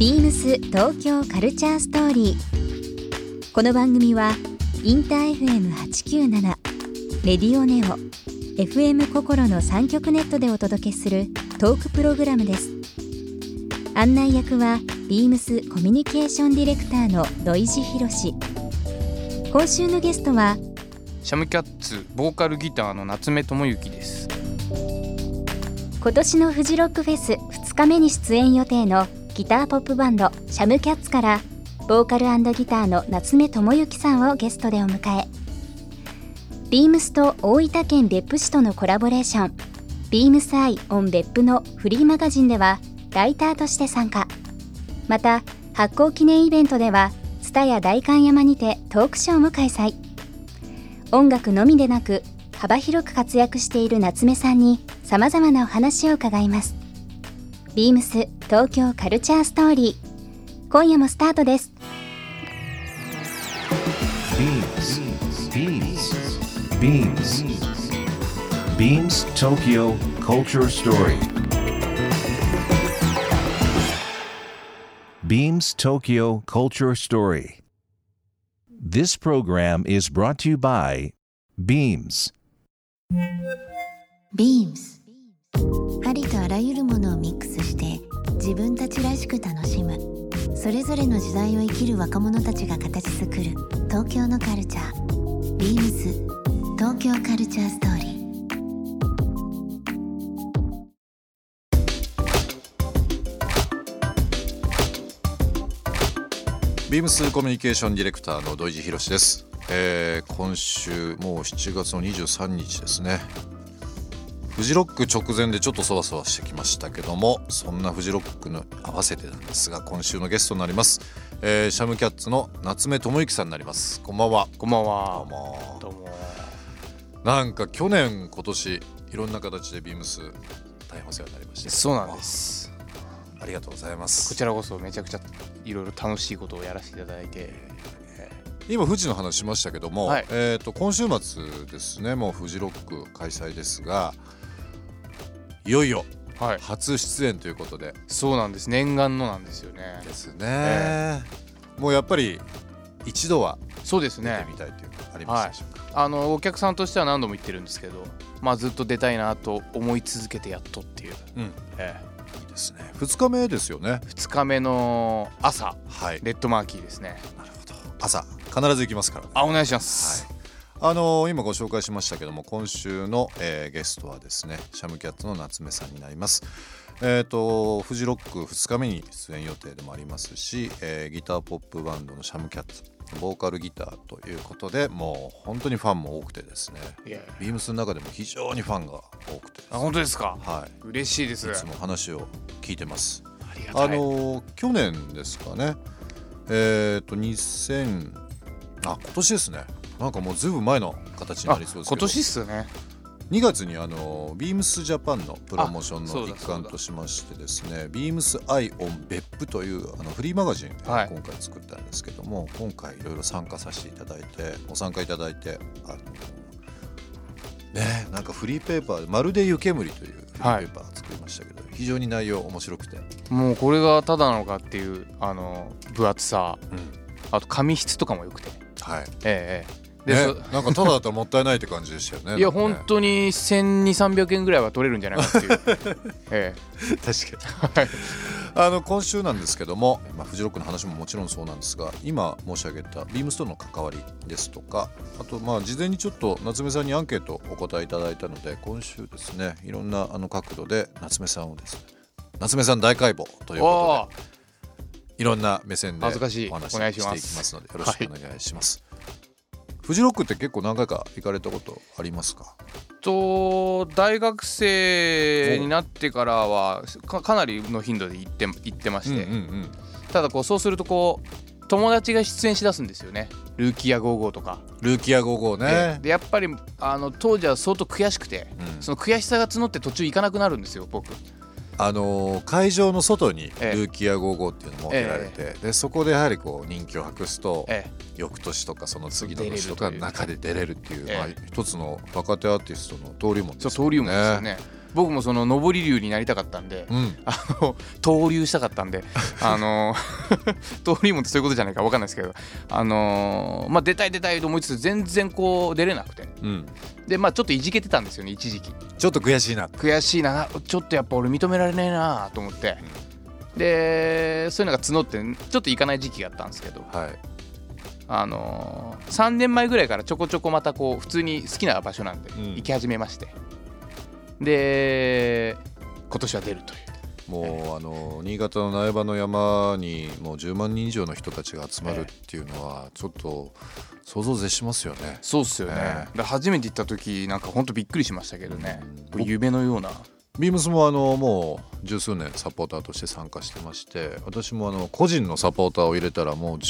ビームス東京カルチャーストーリー。この番組はインター FM897 レディオネオ FM 心の3極ネットでお届けするトークプログラムです。案内役はビームスコミュニケーションディレクターの土井博志。今週のゲストはシャムキャッツボーカルギターの夏目智之です。 今年のフジロックフェス2日目に出演予定のギターポップバンドシャムキャッツからボーカル&ギターの夏目智之さんをゲストでお迎え、ビームスと大分県別府市とのコラボレーションビームスアイオン別府のフリーマガジンではライターとして参加。また発行記念イベントでは蔦屋代官山にてトークショーも開催。音楽のみでなく幅広く活躍している夏目さんに様々なお話を伺います。ビームス東京カルチャーストーリー、今夜もスタートです。 Beams Tokyo Culture Story. Beams Tokyo Culture Story. This program is brought to you by Beams. Beams ありとあらゆるものをミックスして自分たちらしく楽しむ、それぞれの時代を生きる若者たちが形作る東京のカルチャー。 Beams 東京カルチャーストーリー。 ビームスコミュニケーションディレクターの土井博志です。今週もう7月の23日ですね。フジロック直前でちょっとそわそわしてきましたけども、そんなフジロックの合わせてなんですが、今週のゲストになります、シャムキャッツの夏目智之さんになります。こんばんは。 こんばんは。 どうも。なんか去年今年いろんな形でビームス大変お世話になりました。 そうなんです。 ありがとうございます。 こちらこそめちゃくちゃいろいろ楽しいことをやらせていただいて、 今富士の話しましたけども、 はい、 今週末ですね、もうフジロック開催ですが、いよいよ初出演ということで、はい、 そうなんです。念願のなんですよね。 ですね、もうやっぱり一度はそうですね、 出てみたいというかありましたでしょうか。 はい、お客さんとしては何度も言ってるんですけど、ずっと出たいなと思い続けてやっとっていう、 いいですね。2日目ですよね。 2日目の朝、 はい、 レッドマーキーですね。 なるほど。朝必ず行きますからね。 お願いします。 はい、今ご紹介しましたけども、今週の、ゲストはですね、シャムキャッツの夏目さんになります。フジロック2日目に出演予定でもありますし、ギターポップバンドのシャムキャッツボーカルギターということで、もう本当にファンも多くてですね、ビームスの中でも非常にファンが多くてですね。 本当ですか。 はい、 嬉しいです。 いつも話を聞いてます。 ありがたい。 去年ですかね、今年ですね。なんかもうずいぶん前の形になりそうですけど、 今年っすね。 2月にビームスジャパンのプロモーションの一環としましてですね、ビームスアイオン別府というフリーマガジン、今回作ったんですけども、今回いろいろ参加させていただいて、ご参加いただいて、なんかフリーペーパーまるで湯煙というフリーペーパー作りましたけど、非常に内容面白くて、 もうこれがただなのかっていう分厚さ、あと紙質とかも良くて、 はい、なんかただだったらもったいないって感じでしたよね。 いや、本当に1200-300円ぐらいは取れるんじゃないかっていう確かに今週なんですけども、フジロックの話ももちろんそうなんですが、今申し上げたビームスとの関わりですとか、あと事前にちょっと夏目さんにアンケートをお答えいただいたので、今週ですね、いろんな角度で夏目さんをですね、夏目さん大解剖ということで、いろんな目線でお話ししていきますので、よろしくお願いします。フジロックって結構何回か行かれたことありますか？ 大学生になってからは かなりの頻度で行ってまして、ただそうすると友達が出演しだすんですよね。ルーキーや55とか。 ルーキーや55ね。 でやっぱり当時は相当悔しくて、その悔しさが募って途中行かなくなるんですよ、僕。 会場の外にルーキーや55っていうのを設けられて、でそこでやはり人気を博すと、翌年とかその次の年とか中で出れるっていう、一つの若手アーティストの登竜門ですよね。 そう、登竜門ですよね。 僕もその上り竜になりたかったんで、登竜したかったんで登竜門ってそういうことじゃないか分かんないですけど、出たいと思いつつ全然こう出れなくて、でちょっといじけてたんですよね、一時期。 ちょっと悔しいな、 ちょっとやっぱ俺認められねえなと思って、でそういうのが募ってちょっと行かない時期があったんですけど、3年前ぐらいからちょこちょこまたこう普通に好きな場所なんで行き始めまして、で今年は出るという。 もう新潟の苗場の山にもう10万人以上の人たちが集まるっていうのはちょっと想像絶しますよね。 そうっすよね、で初めて行った時なんかほんとびっくりしましたけどね、夢のような。 ビームスももう十数年サポーターとして参加してまして、私も個人のサポーターを入れたらもう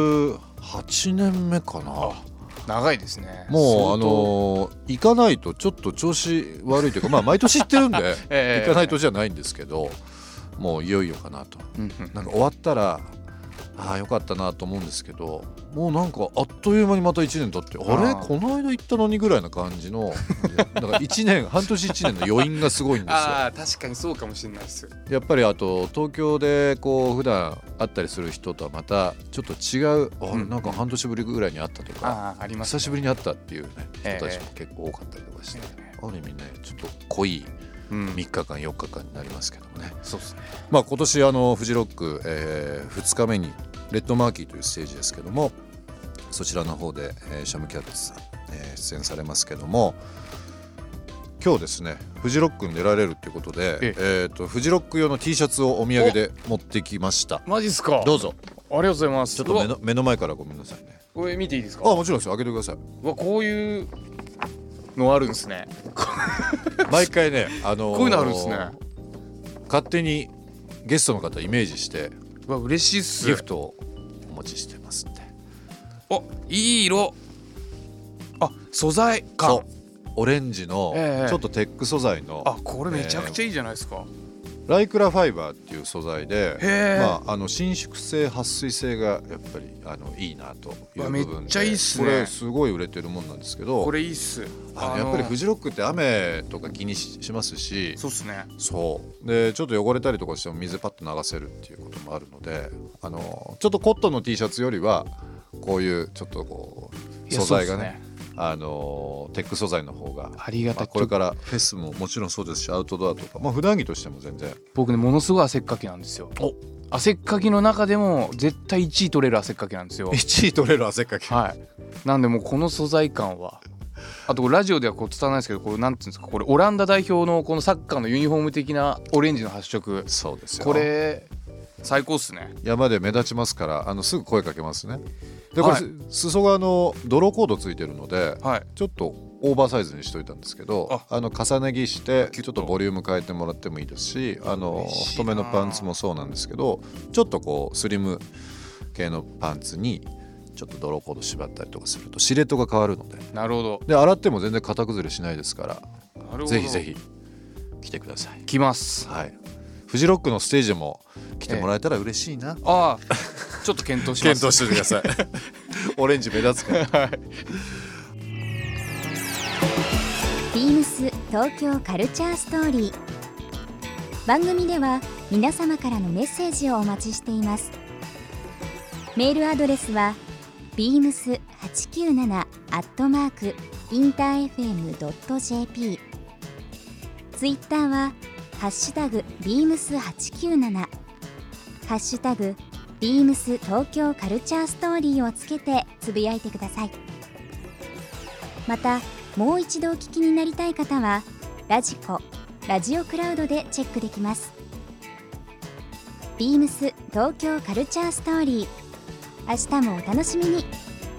18年目かな。 長いですね。 もう行かないとちょっと調子悪いというか、毎年行ってるんで行かないとじゃないんですけど、もういよいよかなと、なんか終わったらよかったなと思うんですけど、もうなんかあっという間にまた1年経って、あれこの間行ったのにぐらいな感じのだから1年半年1年の余韻がすごいんですよ。 確かにそうかもしれないです。 やっぱりあと東京でこう普段会ったりする人とはまたちょっと違う、なんか半年ぶりぐらいに会ったとか、 ありますね、 久しぶりに会ったっていうね人たちも結構多かったりとかして、ある意味ねちょっと濃い3日間4日間になりますけどもね。 そうですね。 今年フジロック、2日目にレッドマーキーというステージですけども、そちらの方で、シャムキャッツさん、出演されますけども、今日ですねフジロックに出られるということで、フジロック用の T シャツをお土産で持ってきました。 マジっすか。 どうぞ。 ありがとうございます。 ちょっと目の前からごめんなさいね。 これ見ていいですか。 もちろんですよ、開けてください。 こういうのあるんですね。 毎回ね、 こういうのあるんですね。 勝手にゲストの方イメージして嬉しいっす。 ギフトをお持ちしてますんで。 いい色。素材か。 そう、オレンジのちょっとテック素材の、 これめちゃくちゃいいじゃないですか。 ライクラファイバーっていう素材で、伸縮性撥水性がやっぱりいいなという部分で、 めっちゃいいっすね。 これすごい売れてるもんなんですけど、 これいいっす。 やっぱりフジロックって雨とか気に しますし、 そうっすね。 そうでちょっと汚れたりとかしても水パッと流せるっていうこともあるので、ちょっとコットンの T シャツよりはこういうちょっとこう素材がね、テック素材の方がありがたい。 これからフェスももちろんそうですし、アウトドアとか、普段着としても全然。 僕ねものすごい汗っかきなんですよ。汗っかきの中でも絶対1位取れる汗っかきなんですよ。 1位取れる汗っかき。 なんでもうこの素材感は、あとラジオではこう伝わらないですけど、これなんていうんですか、これオランダ代表のこのサッカーのユニフォーム的なオレンジの発色。 そうですよ。 これ最高っすね。 山で目立ちますから、すぐ声かけますね。でこれ、裾がドローコードついてるので、ちょっとオーバーサイズにしといたんですけど、重ね着してちょっとボリューム変えてもらってもいいですし、太めのパンツもそうなんですけど、ちょっとこうスリム系のパンツにちょっとドローコード縛ったりとかするとシルエットが変わるので。 なるほど。 で洗っても全然型崩れしないですから、ぜひぜひ来てください。 来ます。 フジロックのステージも来てもらえたら嬉しいな。 ちょっと検討します。 検討してください。オレンジ目立つから。 ビームス東京カルチャーストーリー。番組では皆様からのメッセージをお待ちしています。メールアドレスは beams897@interfm.jp。 ツイッターはハッシュタグ beams897、ハッシュタグビームス東京カルチャーストーリーをつけてつぶやいてください。またもう一度お聞きになりたい方はラジコ、ラジオクラウドでチェックできます。ビームス東京カルチャーストーリー、明日もお楽しみに。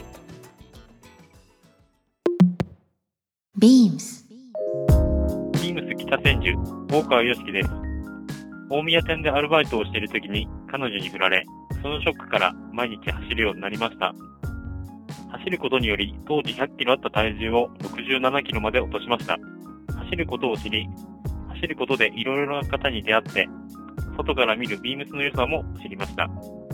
ビームス北千住大川良樹です。大宮店でアルバイトをしている時に彼女に振られ、そのショックから毎日走るようになりました。走ることにより当時100キロあった体重を67キロまで落としました。走ることを知り、走ることでいろいろな方に出会って、外から見るビームスの良さも知りました。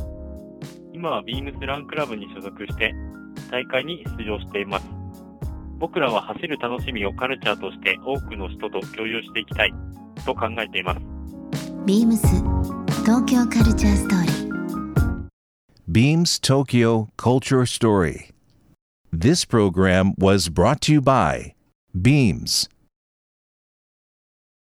今はビームスランクラブに所属して大会に出場しています。 僕らは走る楽しみをカルチャーとして多くの人と共有していきたいと考えています。 ビームス東京カルチャーストーリー。 Beams Tokyo Culture Story. This program was brought to you by Beams.